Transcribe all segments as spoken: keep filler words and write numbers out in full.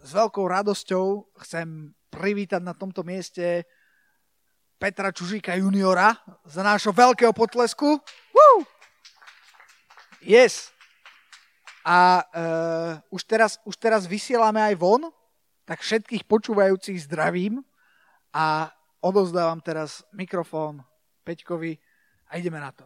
s veľkou radosťou chcem privítať na tomto mieste Petra Čužíka juniora za nášho veľkého potlesku. Woo! Yes. A uh, už, teraz, už teraz vysielame aj von, tak všetkých počúvajúcich zdravím a odovzdávam teraz mikrofón Peťkovi a ideme na to.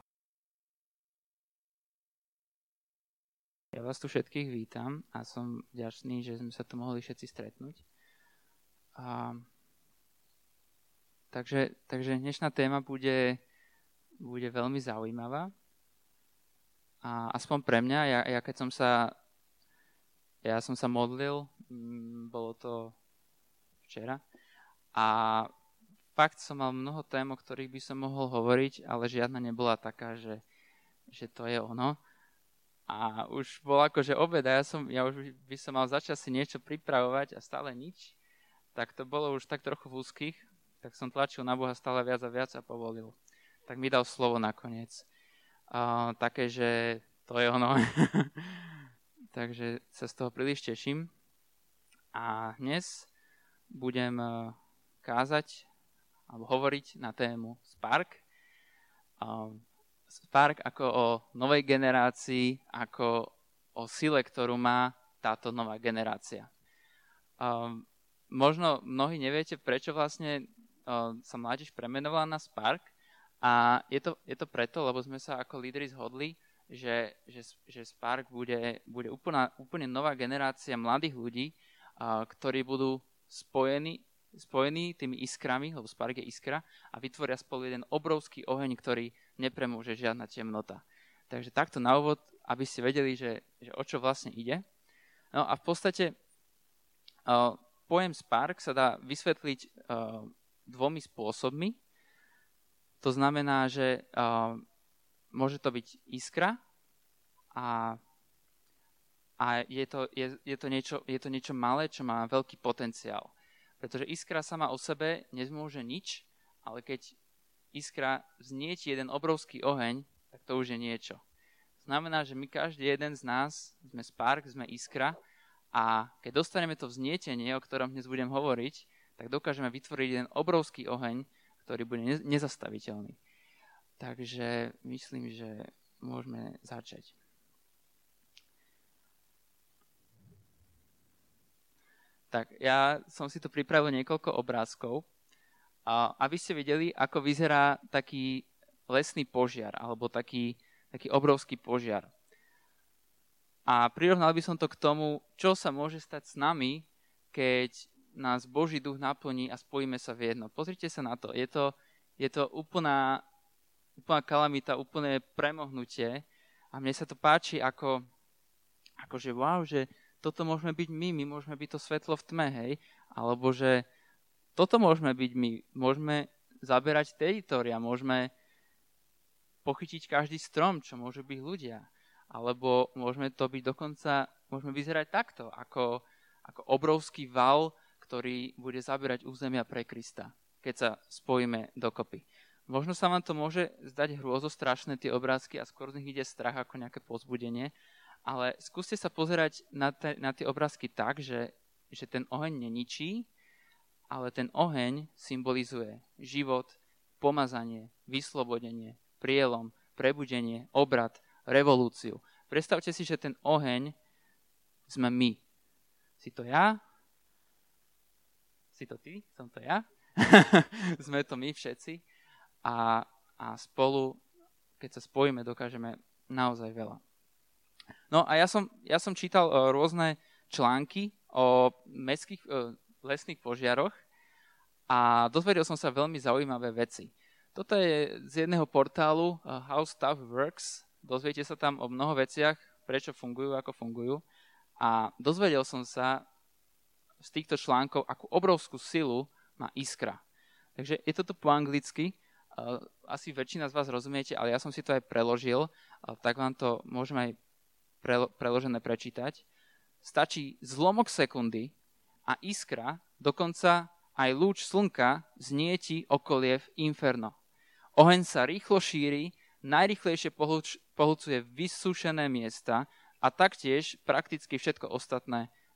Ja vás tu všetkých vítam a som vďačný, že sme sa tu mohli všetci stretnúť. A, takže, takže dnešná téma bude, bude veľmi zaujímavá. A aspoň pre mňa, ja, ja keď som sa, ja som sa modlil, m, bolo to včera, a fakt som mal mnoho tém, o ktorých by som mohol hovoriť, ale žiadna nebola taká, že, že to je ono. A už bol akože obed a ja, som, ja už by som mal začať si niečo pripravovať a stále nič. Tak to bolo už tak trochu v úzkých, tak som tlačil na Boha stále viac a viac a povolil. Tak mi dal slovo nakoniec. Uh, také, že to je ono. Takže sa z toho príliš teším. A dnes budem uh, kázať alebo hovoriť na tému Spark. Uh, Spark ako o novej generácii, ako o sile, ktorú má táto nová generácia. Um, možno mnohí neviete, prečo vlastne uh, sa mládež premenovala na Spark. A je to, je to preto, lebo sme sa ako lídri zhodli, že, že, že Spark bude, bude úplná, úplne nová generácia mladých ľudí, uh, ktorí budú spojení, spojení tými iskrami, lebo Spark je iskra, a vytvoria spolu jeden obrovský oheň, ktorý nepremôže žiadna temnota. Takže takto na úvod, aby ste vedeli, že, že o čo vlastne ide. No a v podstate uh, pojem Spark sa dá vysvetliť uh, dvomi spôsobmi. To znamená, že uh, môže to byť iskra a, a je, to, je, je, to niečo, je to niečo malé, čo má veľký potenciál. Pretože iskra sama o sebe nezmôže nič, ale keď iskra vznieti jeden obrovský oheň, tak to už je niečo. Znamená, že my každý jeden z nás sme Spark, sme iskra a keď dostaneme to vznietenie, o ktorom dnes budem hovoriť, tak dokážeme vytvoriť jeden obrovský oheň, ktorý bude nezastaviteľný. Takže myslím, že môžeme začať. Tak ja som si tu pripravil niekoľko obrázkov, aby ste videli, ako vyzerá taký lesný požiar, alebo taký, taký obrovský požiar. A prirovnal by som to k tomu, čo sa môže stať s nami, keď nás Boží duch naplní a spojíme sa v jedno. Pozrite sa na to. Je to, je to úplná, úplná kalamita, úplné premohnutie. A mne sa to páči ako, ako že wow, že toto môžeme byť my, my môžeme byť to svetlo v tme, hej? Alebo že toto môžeme byť my, môžeme zaberať teritória, môžeme pochytiť každý strom, čo môžu byť ľudia. Alebo môžeme to byť dokonca, môžeme vyzerať takto, ako, ako obrovský val, ktorý bude zaberať územia pre Krista, keď sa spojíme dokopy. Možno sa vám to môže zdať hrôzostrašné, tie obrázky, a skôr z nich ide strach ako nejaké povzbudenie, ale skúste sa pozerať na, te, na tie obrázky tak, že, že ten oheň neničí, ale ten oheň symbolizuje život, pomazanie, vyslobodenie, prielom, prebudenie, obrad, revolúciu. Predstavte si, že ten oheň sme my. Si to ja? Si to ty? Som to ja? Sme to my všetci. A, a spolu, keď sa spojíme, dokážeme naozaj veľa. No a ja som, ja som čítal uh, rôzne články o mestských, uh, lesných požiaroch a dozvedel som sa veľmi zaujímavé veci. Toto je z jedného portálu uh, How Stuff Works. Dozviete sa tam o mnoho veciach, prečo fungujú, ako fungujú. A dozvedel som sa z týchto článkov, akú obrovskú silu má iskra. Takže je to tu po anglicky. Uh, asi väčšina z vás rozumiete, ale ja som si to aj preložil, uh, tak vám to môžem aj pre, preložené prečítať. Stačí zlomok sekundy a iskra, dokonca aj lúč slnka, znieti okolie v inferno. Oheň sa rýchlo šíri, najrýchlejšie pohľuč, pohľucuje vysúšené miesta a taktiež prakticky všetko ostatné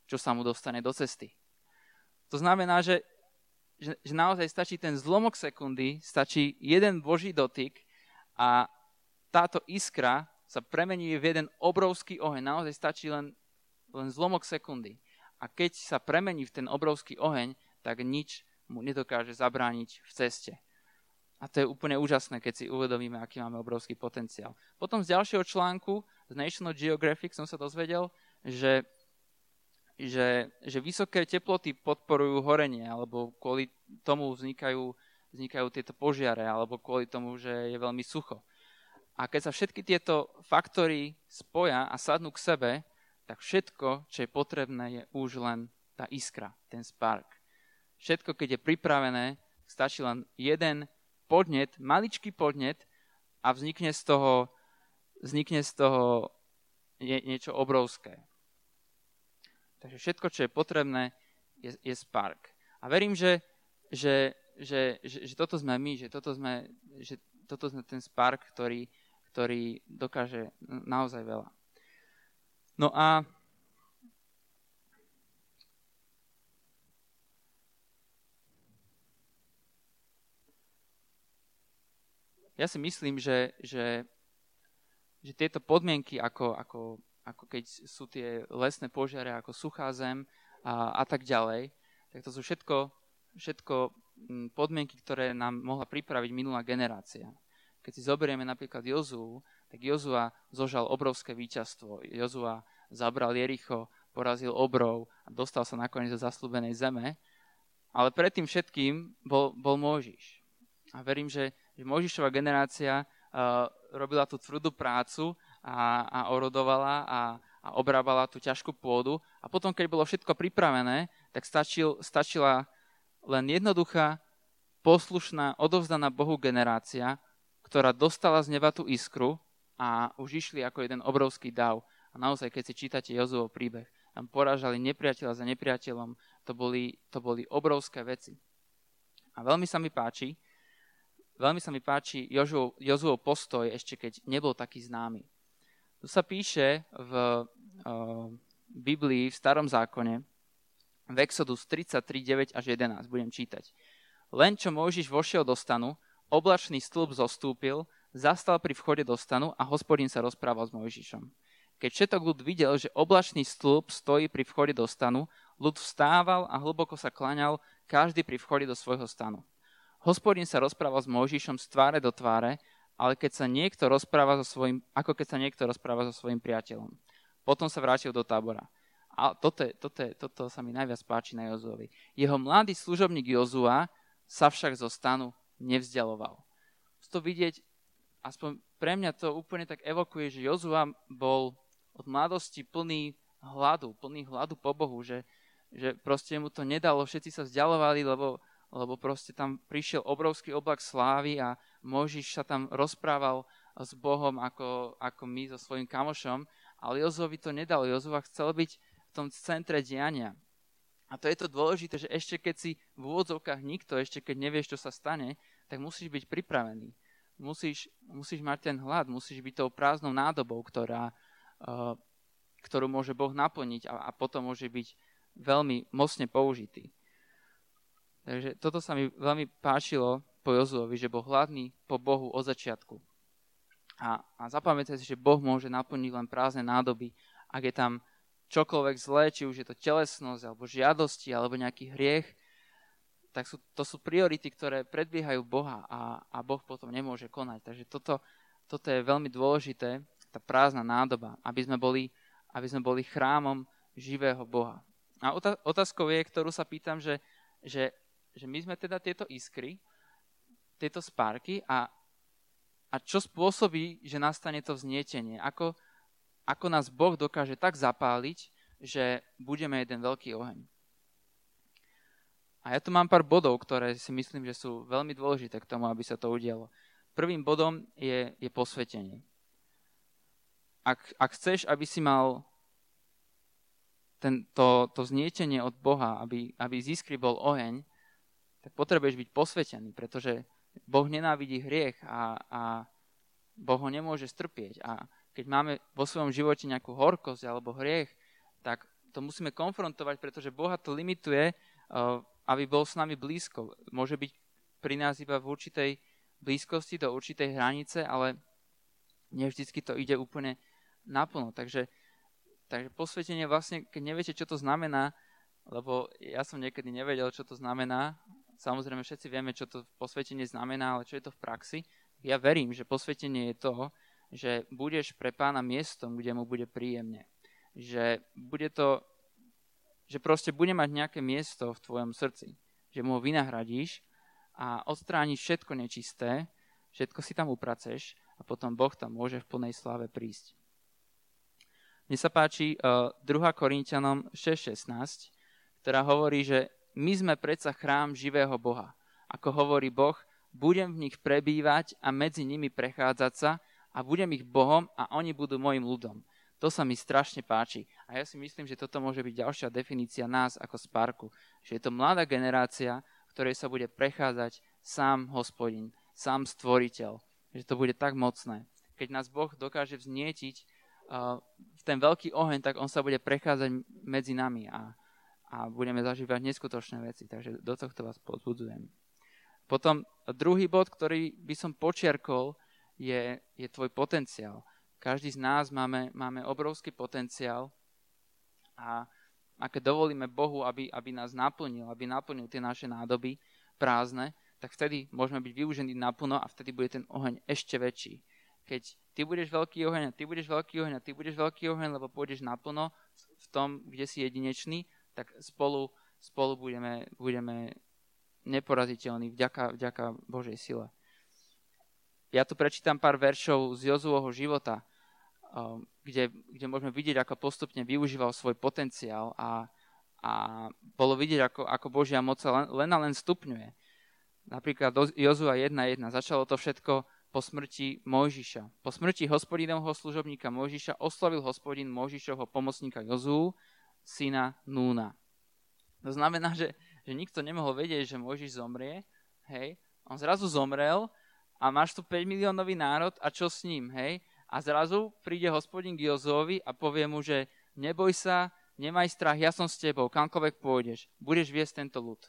čo sa mu dostane do cesty. To znamená, že, že, že naozaj stačí ten zlomok sekundy, stačí jeden Boží dotyk a táto iskra sa premení v jeden obrovský oheň. Naozaj stačí len, len zlomok sekundy. A keď sa premení v ten obrovský oheň, tak nič mu nedokáže zabrániť v ceste. A to je úplne úžasné, keď si uvedomíme, aký máme obrovský potenciál. Potom z ďalšieho článku z National Geographic som sa dozvedel, že, že, že vysoké teploty podporujú horenie, alebo kvôli tomu vznikajú, vznikajú tieto požiare, alebo kvôli tomu, že je veľmi sucho. A keď sa všetky tieto faktory spoja a sadnú k sebe, tak všetko, čo je potrebné, je už len tá iskra, ten spark. Všetko, keď je pripravené, stačí len jeden podnet, maličký podnet a vznikne z toho, vznikne z toho nie, niečo obrovské. Takže všetko, čo je potrebné, je, je spark. A verím, že, že, že, že, že toto sme my, že toto sme, že toto sme ten spark, ktorý, ktorý dokáže naozaj veľa. No a ja si myslím, že, že, že tieto podmienky, ako, ako, ako keď sú tie lesné požiare, ako suchá zem a, a tak ďalej, tak to sú všetko, všetko podmienky, ktoré nám mohla pripraviť minulá generácia. Keď si zoberieme napríklad Jozuu, tak Jozua zožal obrovské víťazstvo. Jozua zabral Jericho, porazil obrov a dostal sa nakoniec do zasľúbenej zeme. Ale predtým všetkým bol, bol Mojžiš. A verím, že že Mojžišova generácia uh, robila tú tvrdú prácu a, a orodovala a, a obrábala tú ťažkú pôdu. A potom, keď bolo všetko pripravené, tak stačil, stačila len jednoduchá, poslušná, odovzdaná Bohu generácia, ktorá dostala z neba tú iskru a už išli ako jeden obrovský dav. A naozaj, keď si čítate Jozuov príbeh, tam porážali nepriateľa za nepriateľom, to boli, to boli obrovské veci. A veľmi sa mi páči, Veľmi sa mi páči Jozuov, Jozuov postoj, ešte keď nebol taký známy. Tu sa píše v uh, Biblii, v Starom zákone, v Exodus tridsaťtri, deväť až jedenásť, budem čítať. Len čo Mojžiš vošiel do stanu, oblačný stĺp zostúpil, zastal pri vchode do stanu a Hospodin sa rozprával s Mojžišom. Keď všetok ľud videl, že oblačný stĺp stojí pri vchode do stanu, ľud vstával a hlboko sa klaňal, každý pri vchode do svojho stanu. Hospodin sa rozprával s Mojžišom z tváre do tváre, ale keď sa niekto rozpráva so svojím, ako keď sa niekto rozpráva so svojím priateľom. Potom sa vrátil do tábora. A toto, je, toto, je, toto sa mi najviac páči na Jozuovi. Jeho mladý služobník Jozua sa však zo stanu nevzdialoval. Z to vidieť, aspoň pre mňa to úplne tak evokuje, že Jozua bol od mladosti plný hladu, plný hladu po Bohu, že, že proste mu to nedalo, všetci sa vzdialovali, lebo lebo proste tam prišiel obrovský oblak slávy a Mojžiš sa tam rozprával s Bohom ako, ako my so svojím kamošom, ale Jozuovi to nedalo. Jozua chcel byť v tom centre diania. A to je to dôležité, že ešte keď si v úvodzovkách nikto, ešte keď nevieš, čo sa stane, tak musíš byť pripravený. Musíš, musíš mať ten hlad, musíš byť tou prázdnou nádobou, ktorá, uh, ktorú môže Boh naplniť a, a potom môže byť veľmi mocne použitý. Takže toto sa mi veľmi páčilo po Jozuovi, že bol hladný po Bohu od začiatku. A, a zapamätajte si, že Boh môže naplniť len prázdne nádoby, ak je tam čokoľvek zlé, či už je to telesnosť, alebo žiadosti, alebo nejaký hriech, tak sú, to sú priority, ktoré predbiehajú Boha a, a Boh potom nemôže konať. Takže toto, toto je veľmi dôležité, tá prázdna nádoba, aby sme boli, aby sme boli chrámom živého Boha. A otázkou je, ktorú sa pýtam, že, že že my sme teda tieto iskry, tieto spárky a, a čo spôsobí, že nastane to vznietenie? Ako, ako nás Boh dokáže tak zapáliť, že budeme jeden veľký oheň? A ja tu mám pár bodov, ktoré si myslím, že sú veľmi dôležité k tomu, aby sa to udialo. Prvým bodom je, je posvetenie. Ak, ak chceš, aby si mal ten, to, to vznietenie od Boha, aby, aby z iskry bol oheň, tak potrebuješ byť posvetený, pretože Boh nenávidí hriech a, a Boh ho nemôže strpieť. A keď máme vo svojom živote nejakú horkosť alebo hriech, tak to musíme konfrontovať, pretože Boha to limituje, aby bol s nami blízko. Môže byť pri nás iba v určitej blízkosti, do určitej hranice, ale nie vždycky to ide úplne naplno. Takže, takže posvetenie vlastne, keď neviete, čo to znamená, lebo ja som niekedy nevedel, čo to znamená, samozrejme všetci vieme, čo to posvetenie znamená, ale čo je to v praxi, ja verím, že posvetenie je to, že budeš pre Pána miestom, kde mu bude príjemne. Že bude to, že proste bude mať nejaké miesto v tvojom srdci. Že mu ho vynahradíš a odstrániš všetko nečisté, všetko si tam upraceš a potom Boh tam môže v plnej sláve prísť. Mne sa páči uh, druhá Korinťanom šesť šestnásť, ktorá hovorí, že my sme predsa chrám živého Boha. Ako hovorí Boh, budem v nich prebývať a medzi nimi prechádzať sa a budem ich Bohom a oni budú mojim ľudom. To sa mi strašne páči. A ja si myslím, že toto môže byť ďalšia definícia nás ako Sparku. Že je to mladá generácia, ktorej sa bude prechádzať sám Hospodin, sám Stvoriteľ. Že to bude tak mocné. Keď nás Boh dokáže vznietiť uh, v ten veľký oheň, tak on sa bude prechádzať medzi nami a, a budeme zažívať neskutočné veci. Takže do tohto vás povzbudzujem. Potom druhý bod, ktorý by som počiarkol, je, je tvoj potenciál. Každý z nás máme, máme obrovský potenciál a, a keď dovolíme Bohu, aby, aby nás naplnil, aby naplnil tie naše nádoby prázdne, tak vtedy môžeme byť využení naplno a vtedy bude ten oheň ešte väčší. Keď ty budeš veľký oheň a ty budeš veľký oheň a ty budeš veľký oheň, lebo pôjdeš naplno v tom, kde si jedinečný, tak spolu, spolu budeme, budeme neporaziteľný vďaka, vďaka Božej sile. Ja tu prečítam pár veršov z Jozuovho života, kde, kde môžeme vidieť, ako postupne využíval svoj potenciál a, a bolo vidieť, ako, ako Božia moc len, len a len stupňuje. Napríklad Jozua jedna jedna. Začalo to všetko po smrti Mojžiša. Po smrti Hospodinovho služobníka Mojžiša oslovil Hospodin Mojžišovho pomocníka Jozuu, syna Núna. To znamená, že že nikto nemohol vedieť, že Mojžiš zomrie, hej, on zrazu zomrel a máš tu päť miliónový národ a čo s ním, hej, a zrazu príde Hospodin k Jozuovi a povie mu, že neboj sa, nemaj strach, ja som s tebou, kamkoľvek pôjdeš, budeš viesť tento ľud.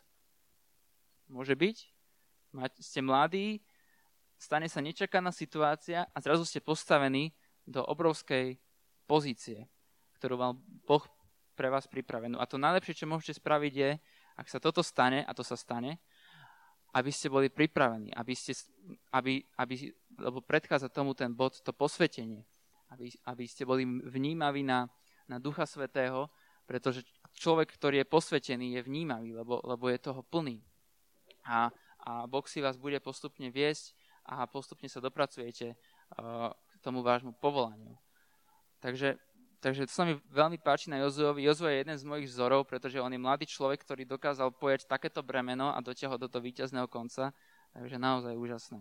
Môže byť? Ste mladí, stane sa nečakaná situácia a zrazu ste postavení do obrovskej pozície, ktorú mal Boh pre vás pripravenú. A to najlepšie, čo môžete spraviť je, ak sa toto stane, a to sa stane, aby ste boli pripravení, aby ste, aby, aby, lebo predchádza tomu ten bod, to posvetenie, aby, aby ste boli vnímaví na, na Ducha Svätého, pretože človek, ktorý je posvetený, je vnímavý, lebo, lebo je toho plný. A, a Boh si vás bude postupne viesť a postupne sa dopracujete uh, k tomu vášmu povolaniu. Takže Takže to sa mi veľmi páči na Jozuovi. Jozue je jeden z mojich vzorov, pretože on je mladý človek, ktorý dokázal pojať takéto bremeno a dotiahol do toho víťazného konca. Takže naozaj úžasné.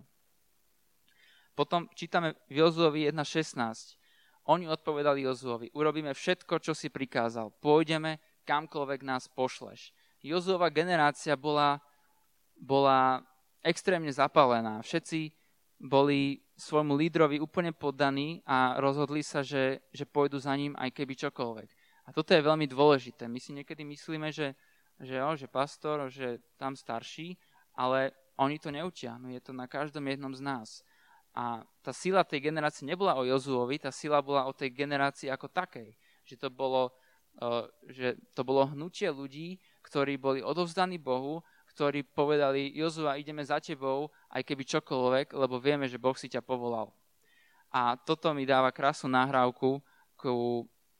Potom čítame v Jozuovi jedna šestnásť. Oni odpovedali Jozuovi, urobíme všetko, čo si prikázal. Pôjdeme, kamkoľvek nás pošleš. Jozuova generácia bola, bola extrémne zapálená. Všetci boli svojmu lídrovi úplne poddaní a rozhodli sa, že, že pôjdu za ním aj keby čokoľvek. A toto je veľmi dôležité. My si niekedy myslíme, že, že, jo, že pastor, že tam starší, ale oni to neutiahnu. Je to na každom jednom z nás. A tá sila tej generácie nebola o Jozuovi, tá sila bola o tej generácii ako takej. Že to bolo, uh, že to bolo hnutie ľudí, ktorí boli odovzdaní Bohu, ktorí povedali, Jozua, ideme za tebou, aj keby čokoľvek, lebo vieme, že Boh si ťa povolal. A toto mi dáva krásnu nahrávku ku,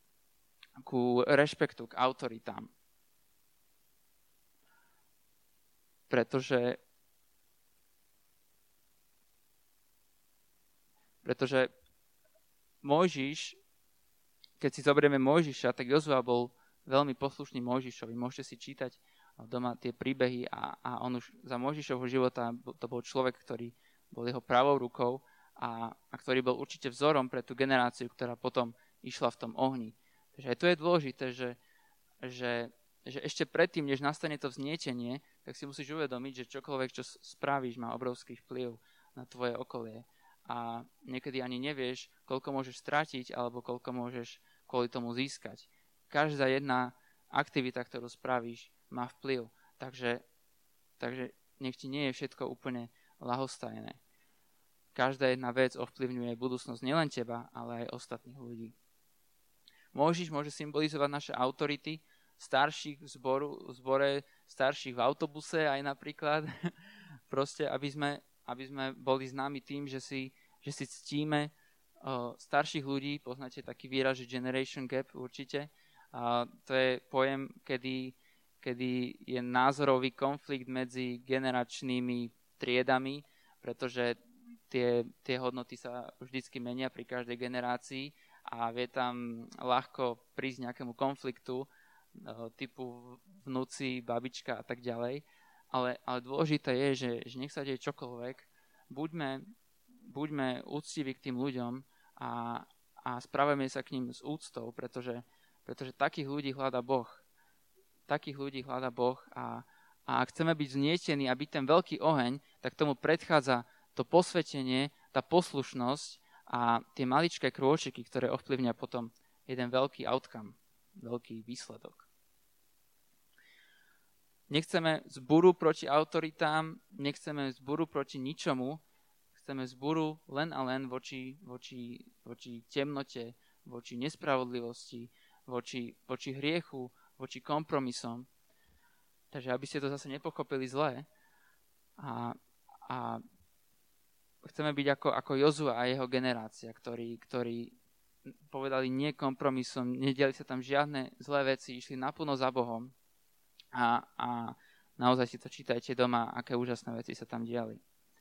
ku rešpektu, k autoritám. Pretože, pretože Mojžiš, keď si zoberieme Mojžiša, tak Jozua bol veľmi poslušný Mojžišovi. Môžete si čítať doma tie príbehy a, a on už za Mojžišovho života to bol človek, ktorý bol jeho pravou rukou a, a ktorý bol určite vzorom pre tú generáciu, ktorá potom išla v tom ohni. Takže aj to je dôležité, že, že, že ešte predtým, než nastane to vznietenie, tak si musíš uvedomiť, že čokoľvek, čo spravíš, má obrovský vplyv na tvoje okolie. A niekedy ani nevieš, koľko môžeš stratiť alebo koľko môžeš kvôli tomu získať. každá jedna aktivita, ktorú spravíš, má vplyv. Takže, takže nech ti nie je všetko úplne ľahostajné. Každá jedna vec ovplyvňuje budúcnosť nielen teba, ale aj ostatných ľudí. Mojžiš môže symbolizovať naše autority, starších v, zboru, v zbore, starších v autobuse aj napríklad. Proste, aby sme, aby sme boli známi tým, že si, že si ctíme uh, starších ľudí. Poznáte taký výraz, že generation gap určite. Uh, to je pojem, kedy, kedy je názorový konflikt medzi generačnými triedami, pretože tie, tie hodnoty sa vždycky menia pri každej generácii a vie tam ľahko prísť nejakému konfliktu typu vnúci, babička a tak ďalej. Ale, ale dôležité je, že, že nech sa deje čokoľvek, buďme, buďme úctiví k tým ľuďom a, a správame sa k ním s úctou, pretože, pretože takých ľudí hľadá Boh. Takých ľudí hľadá Boh a, a ak chceme byť vznietení a byť ten veľký oheň, tak tomu predchádza to posvetenie, tá poslušnosť a tie maličké krôčiky, ktoré ovplyvňa potom jeden veľký outcome, veľký výsledok. Nechceme zburu proti autoritám, nechceme zburu proti ničomu, chceme zburu len a len voči, voči, voči temnote, voči nespravodlivosti, voči, voči hriechu, voči kompromisom. Takže aby ste to zase nepochopili zle. A, a chceme byť ako, ako Jozua a jeho generácia, ktorí, ktorí povedali nie kompromisom, nediali sa tam žiadne zlé veci, išli naplno za Bohom. A, a naozaj si to čítajte doma, aké úžasné veci sa tam diali.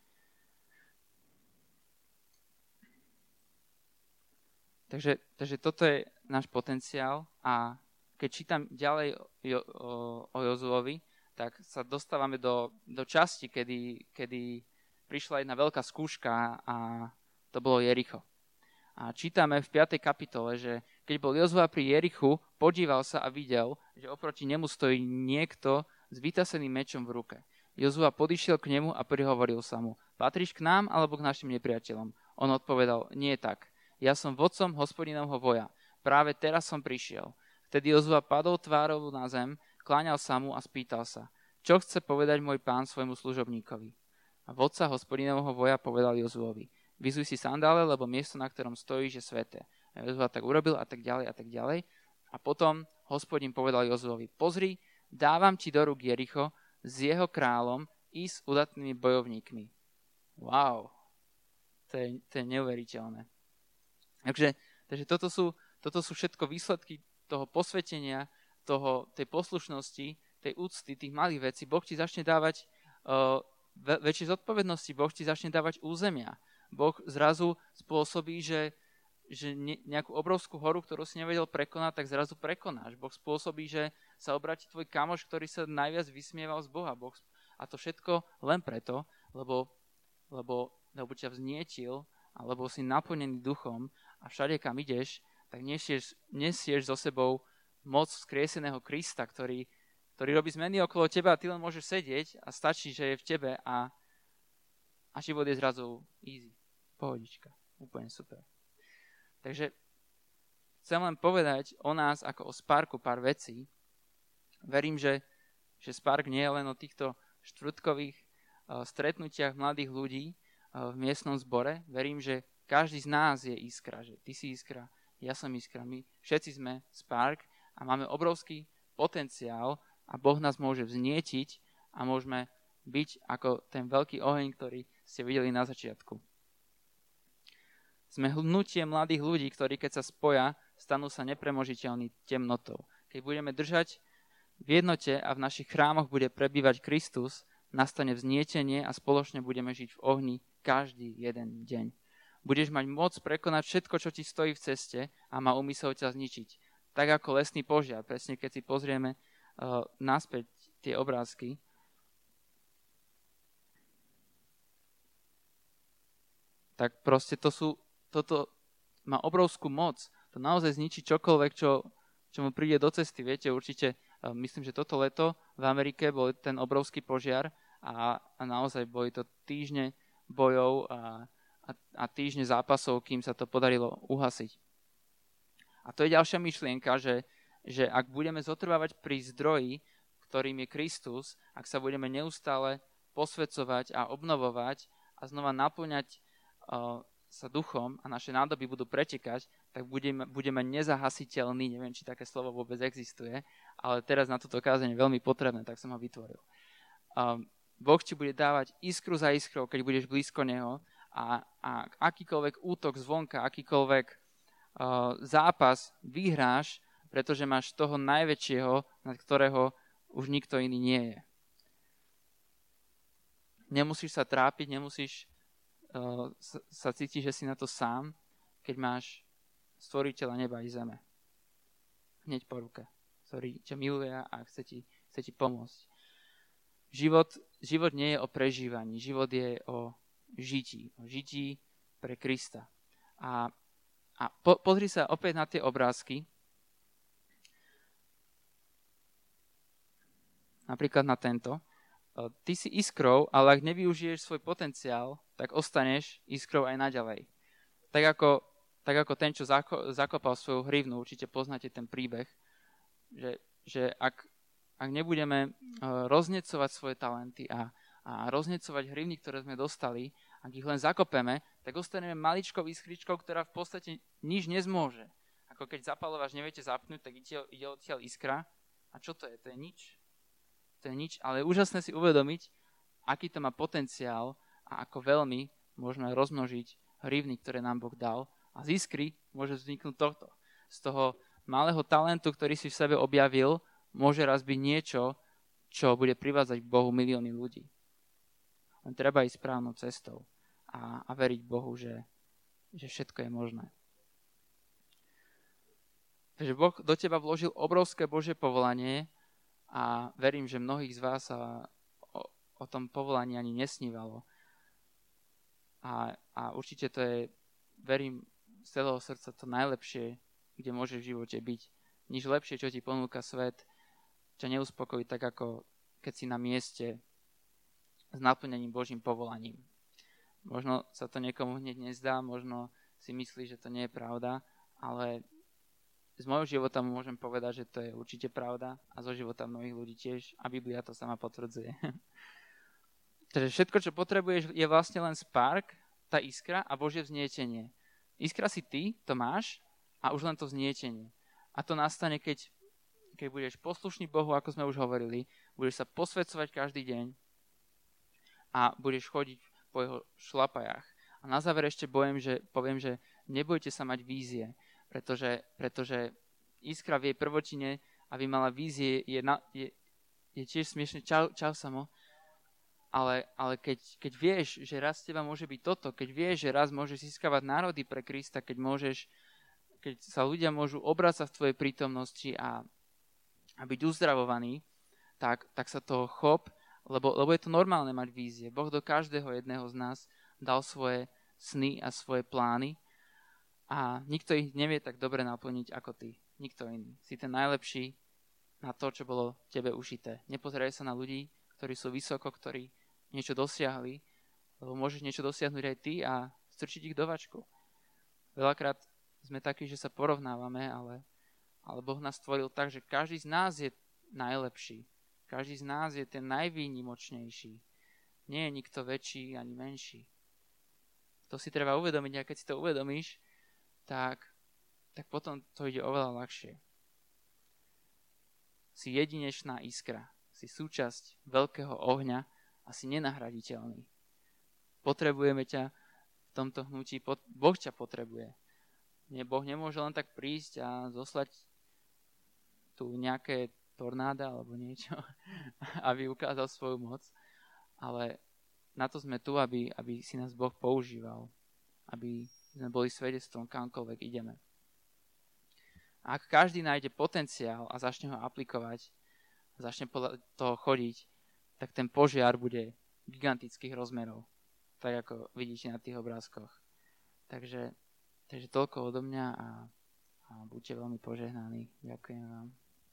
Takže, takže toto je náš potenciál a keď čítam ďalej o, o, o Jozuovi, tak sa dostávame do, do časti, kedy, kedy prišla jedna veľká skúška a to bolo Jericho. A čítame v piatej kapitole, že keď bol Jozua pri Jerichu, podíval sa a videl, že oproti nemu stojí niekto s vytaseným mečom v ruke. Jozua podišiel k nemu a prihovoril sa mu: Patríš k nám alebo k našim nepriateľom? On odpovedal: Nie tak. Ja som vodcom Hospodinovho voja. Práve teraz som prišiel. Vtedy Jozua padol tvárou na zem, kláňal sa mu a spýtal sa: Čo chce povedať môj pán svojmu služobníkovi? A vodca Hospodinovho voja povedal Jozuovi: Vyzuj si sandále, lebo miesto, na ktorom stojíš, je sväté. A Jozua tak urobil a tak ďalej a tak ďalej. A potom Hospodin povedal Jozuovi: Pozri, dávam ti do rúk Jericho s jeho kráľom i s udatnými bojovníkmi. Wow, to je, to je neuveriteľné. Takže, takže toto, sú, toto sú všetko výsledky toho posvetenia, toho, tej poslušnosti, tej úcty, tých malých vecí. Boh ti začne dávať uh, väčšie zodpovednosti, Boh ti začne dávať územia. Boh zrazu spôsobí, že, že nejakú obrovskú horu, ktorú si nevedel prekonať, tak zrazu prekonáš. Boh spôsobí, že sa obráti tvoj kamoš, ktorý sa najviac vysmieval z Boha. Boh, a to všetko len preto, lebo, lebo, lebo ťa vznietil, alebo si naplnený duchom a všade, kam ideš, tak nesieš, nesieš so sebou moc vzkrieseného Krista, ktorý, ktorý robí zmeny okolo teba a ty len môžeš sedieť a stačí, že je v tebe a, a život je zrazu easy. Pohodička. Úplne super. Takže chcem len povedať o nás ako o Sparku pár vecí. Verím, že, že Spark nie je len o týchto štvrtkových uh, stretnutiach mladých ľudí uh, v miestnom zbore. Verím, že každý z nás je iskra. Že ty si iskra, ja som iskra. My všetci sme Spark a máme obrovský potenciál a Boh nás môže vznietiť a môžeme byť ako ten veľký oheň, ktorý ste videli na začiatku. Sme hnutie mladých ľudí, ktorí keď sa spoja, stanú sa nepremožiteľný temnotou. Keď budeme držať v jednote a v našich chrámoch bude prebývať Kristus, nastane vznietenie a spoločne budeme žiť v ohni každý jeden deň. Budeš mať moc prekonať všetko, čo ti stojí v ceste a má úmysel ťa zničiť. Tak ako lesný požiar, presne keď si pozrieme uh, naspäť tie obrázky. Tak proste to sú toto má obrovskú moc. To naozaj zničí čokoľvek, čo, čo mu príde do cesty. Viete, určite, myslím, že toto leto v Amerike bol ten obrovský požiar a, a naozaj boli to týždne bojov a, a, a týždne zápasov, kým sa to podarilo uhasiť. A to je ďalšia myšlienka, že, že ak budeme zotrvávať pri zdroji, ktorým je Kristus, ak sa budeme neustále posväcovať a obnovovať a znova naplňať uh, sa duchom a naše nádoby budú pretekať, tak budeme, budeme nezahasiteľní. Neviem, či také slovo vôbec existuje, ale teraz na toto kázanie je veľmi potrebné, tak som ho vytvoril. Um, Boh ti bude dávať iskru za iskrou, keď budeš blízko Neho a, a akýkoľvek útok zvonka, akýkoľvek uh, zápas vyhráš, pretože máš toho najväčšieho, nad ktorého už nikto iný nie je. Nemusíš sa trápiť, nemusíš uh, sa, sa cítiť, že si na to sám, keď máš stvoriteľa neba i zeme. Hneď po ruke, ktorý ťa miluje a chce ti, chce ti pomôcť. Život, život nie je o prežívaní, život je o žití, o žití pre Krista. A, a po, pozri sa opäť na tie obrázky. Napríklad na tento. Ty si iskrou, ale ak nevyužiješ svoj potenciál, tak ostaneš iskrou aj naďalej. Tak ako, tak ako ten, čo zako, zakopal svoju hrivnu, určite poznáte ten príbeh, že, že ak Ak nebudeme roznecovať svoje talenty a, a roznecovať hrivny, ktoré sme dostali, ak ich len zakopeme, tak ostaneme maličkou iskričkou, ktorá v podstate nič nezmôže. Ako keď zapalovač neviete zapnúť, tak ide, ide odtiaľ iskra. A čo to je? To je nič. To je nič, ale je úžasné si uvedomiť, aký to má potenciál a ako veľmi môžeme rozmnožiť hrivny, ktoré nám Boh dal. A z iskry môže vzniknúť tohto. Z toho malého talentu, ktorý si v sebe objavil, môže raz byť niečo, čo bude privádzať k Bohu milióny ľudí. Len treba ísť správnou cestou a, a veriť Bohu, že, že všetko je možné. Takže Boh do teba vložil obrovské Božie povolanie a verím, že mnohých z vás sa o, o tom povolaní ani nesnívalo. A, a určite to je, verím, z celého srdca to najlepšie, kde môže v živote byť. Nič lepšie, čo ti ponúka svet, ťa neuspokojí tak, ako keď si na mieste s naplnením Božím povolaním. Možno sa to niekomu hneď nezdá, možno si myslí, že to nie je pravda, ale z môjho života môžem povedať, že to je určite pravda a zo života mnohých ľudí tiež a Biblia to sama potvrdzuje. Takže všetko, čo potrebuješ, je vlastne len spark, tá iskra a Božie vznietenie. Iskra si ty, to máš a už len to vznietenie. A to nastane, keď keď budeš poslušný Bohu, ako sme už hovorili, budeš sa posväcovať každý deň a budeš chodiť po jeho šlapajách. A na záver ešte bojem, že, poviem, že nebojte sa mať vízie, pretože, pretože iskra v jej prvotine, aby mala vízie, je, na, je, je tiež smiešne. Čau, čau samo. Ale, ale keď, keď vieš, že raz z teba môže byť toto, keď vieš, že raz môžeš získavať národy pre Krista, keď môžeš, keď sa ľudia môžu obrácať v tvojej prítomnosti a a byť uzdravovaný, tak, tak sa toho chop, lebo, lebo je to normálne mať vízie. Boh do každého jedného z nás dal svoje sny a svoje plány a nikto ich nevie tak dobre naplniť ako ty. Nikto iný. Si ten najlepší na to, čo bolo tebe ušité. Nepozeraj sa na ľudí, ktorí sú vysoko, ktorí niečo dosiahli, lebo môžeš niečo dosiahnuť aj ty a strčiť ich do vačku. Veľakrát sme takí, že sa porovnávame, ale Ale Boh nás stvoril tak, že každý z nás je najlepší. Každý z nás je ten najvýnimočnejší. Nie je nikto väčší ani menší. To si treba uvedomiť a keď si to uvedomíš, tak, tak potom to ide oveľa ľahšie. Si jedinečná iskra. Si súčasť veľkého ohňa a si nenahraditeľný. Potrebujeme ťa v tomto hnutí. Boh ťa potrebuje. Boh nemôže len tak prísť a zoslať tu nejaké tornáda alebo niečo, aby ukázal svoju moc. Ale na to sme tu, aby, aby si nás Boh používal. Aby sme boli svedectvom kamkoľvek ideme. A ak každý nájde potenciál a začne ho aplikovať, začne podľa toho chodiť, tak ten požiar bude gigantických rozmerov. Tak ako vidíte na tých obrázkoch. Takže, takže toľko odo mňa a, a buďte veľmi požehnaní. Ďakujem vám.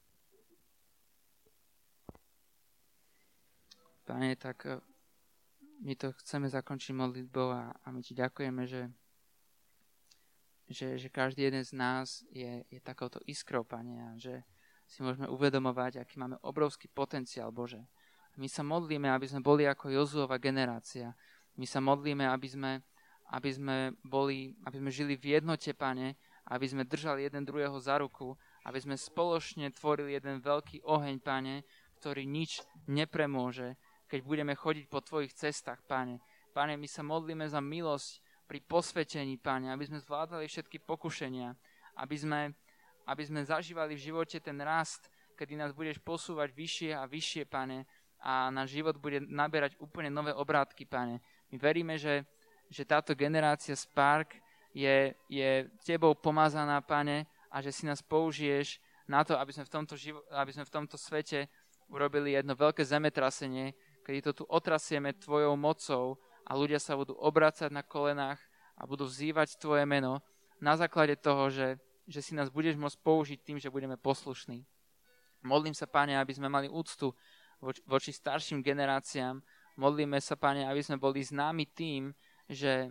Pane, tak my to chceme zakončiť modlitbou a, a my ti ďakujeme, že, že, že každý jeden z nás je, je takouto iskrou, Pane, a že, si môžeme uvedomovať, aký máme obrovský potenciál, Bože. My sa modlíme, aby sme boli ako Jozuova generácia. My sa modlíme, aby sme, aby sme boli, aby sme žili v jednote, Pane, aby sme držali jeden druhého za ruku, aby sme spoločne tvorili jeden veľký oheň, Pane, ktorý nič nepremôže, keď budeme chodiť po Tvojich cestách, Pane. Pane, my sa modlíme za milosť pri posvetení, Pane, aby sme zvládali všetky pokušenia, aby sme, aby sme zažívali v živote ten rast, kedy nás budeš posúvať vyššie a vyššie, Pane, a náš život bude naberať úplne nové obrátky, Pane. My veríme, že, že táto generácia Spark je, je Tebou pomazaná, Pane, a že si nás použiješ na to, aby sme v tomto, živo- aby sme v tomto svete urobili jedno veľké zemetrasenie, kedy to tu otrasieme Tvojou mocou a ľudia sa budú obracať na kolenách a budú vzývať Tvoje meno na základe toho, že, že si nás budeš môcť použiť tým, že budeme poslušní. Modlím sa, Pane, aby sme mali úctu voči, voči starším generáciám. Modlíme sa, Pane, aby sme boli známi tým, že,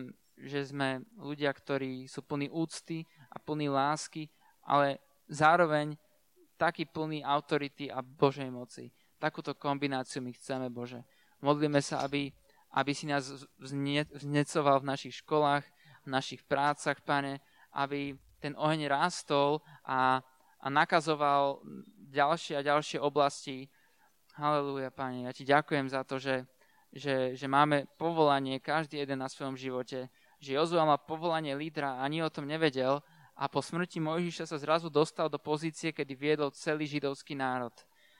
že sme ľudia, ktorí sú plní úcty a plní lásky, ale zároveň taký plný autority a Božej moci. Takúto kombináciu my chceme, Bože. Modlíme sa, aby, aby si nás vzne, vznecoval v našich školách, v našich prácach, Pane, aby ten oheň rástol a, a nakazoval ďalšie a ďalšie oblasti. Halelúja, Pane, ja Ti ďakujem za to, že, že, že máme povolanie, každý jeden na svojom živote, že Jozua má povolanie lídra a ani o tom nevedel a po smrti Mojžiša sa zrazu dostal do pozície, kedy viedol celý židovský národ.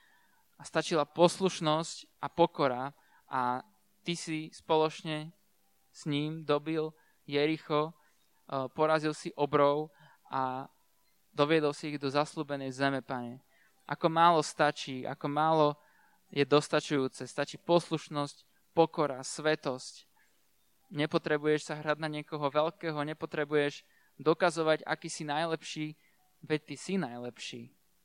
A stačila poslušnosť a pokora a ty si spoločne s ním dobil Jericho, porazil si obrov a doviedol si ich do zasľúbenej zeme, Pane. Ako málo stačí, ako málo je dostačujúce. Stačí poslušnosť, pokora, svetosť. Nepotrebuješ sa hrať na niekoho veľkého, nepotrebuješ dokazovať, aký si najlepší, veď ty si najlepší.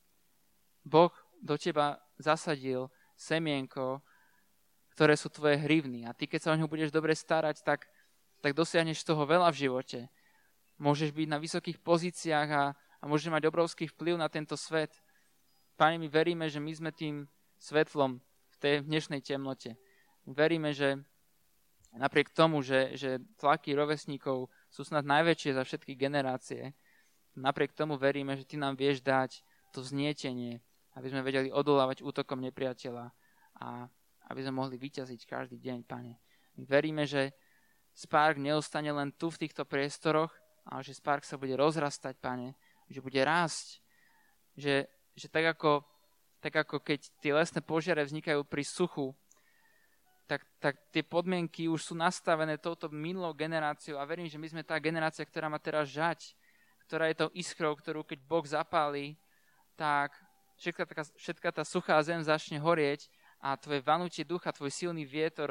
Boh do teba zasadil semienko, ktoré sú tvoje hrivny. A ty, keď sa o ňu budeš dobre starať, tak, tak dosiahneš toho veľa v živote. Môžeš byť na vysokých pozíciách a, a môžeš mať obrovský vplyv na tento svet. Pane, my veríme, že my sme tým svetlom v tej dnešnej temnote. My veríme, že napriek tomu, že, že tlaky rovesníkov sú snad najväčšie za všetky generácie, napriek tomu veríme, že ty nám vieš dať to vznietenie, aby sme vedeli odolávať útokom nepriateľa a aby sme mohli vyťaziť každý deň, Pane. My veríme, že Spark neostane len tu v týchto priestoroch, ale že Spark sa bude rozrastať, Pane, že bude rásť, že, že tak, ako, tak ako keď tie lesné požiare vznikajú pri suchu, tak, tak tie podmienky už sú nastavené touto minulou generáciou a verím, že my sme tá generácia, ktorá má teraz žať, ktorá je tou iskrou, ktorú keď Boh zapálí, tak všetka, taká, všetka tá suchá zem začne horieť a tvoje vanutie ducha, tvoj silný vietor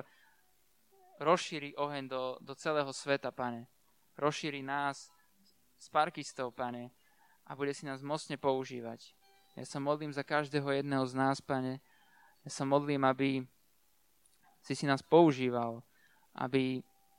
rozšíri oheň do, do celého sveta, Pane. Rozšíri nás, sparkistov, Pane, a bude si nás mocne používať. Ja sa modlím za každého jedného z nás, Pane. Ja sa modlím, aby si si nás používal, aby,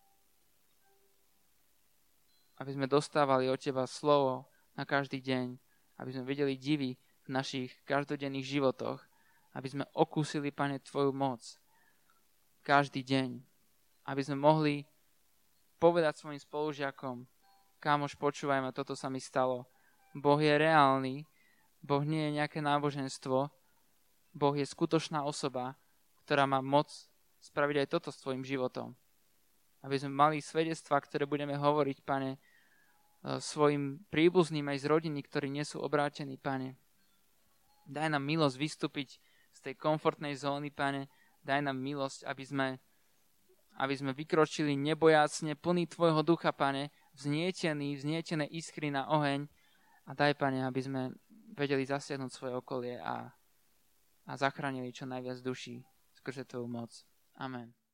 aby sme dostávali od Teba slovo na každý deň, aby sme videli divy v našich každodenných životoch, aby sme okúsili, Pane, Tvoju moc každý deň, aby sme mohli povedať svojim spolužiakom, kámoš, počúvaj ma, toto sa mi stalo. Boh je reálny, Boh nie je nejaké náboženstvo, Boh je skutočná osoba, ktorá má moc spraviť aj toto s tvojim životom. Aby sme mali svedectvá, ktoré budeme hovoriť, Pane, svojim príbuzným aj z rodiny, ktorí nie sú obrátení, Pane. Daj nám milosť vystúpiť z tej komfortnej zóny, Pane. Daj nám milosť, aby sme, aby sme vykročili nebojácne, plný Tvojho ducha, Pane, vznietený, vznietené iskry na oheň. A daj, Pane, aby sme vedeli zasiahnuť svoje okolie a, a zachránili čo najviac duší skrze Tvoju moc. Amen.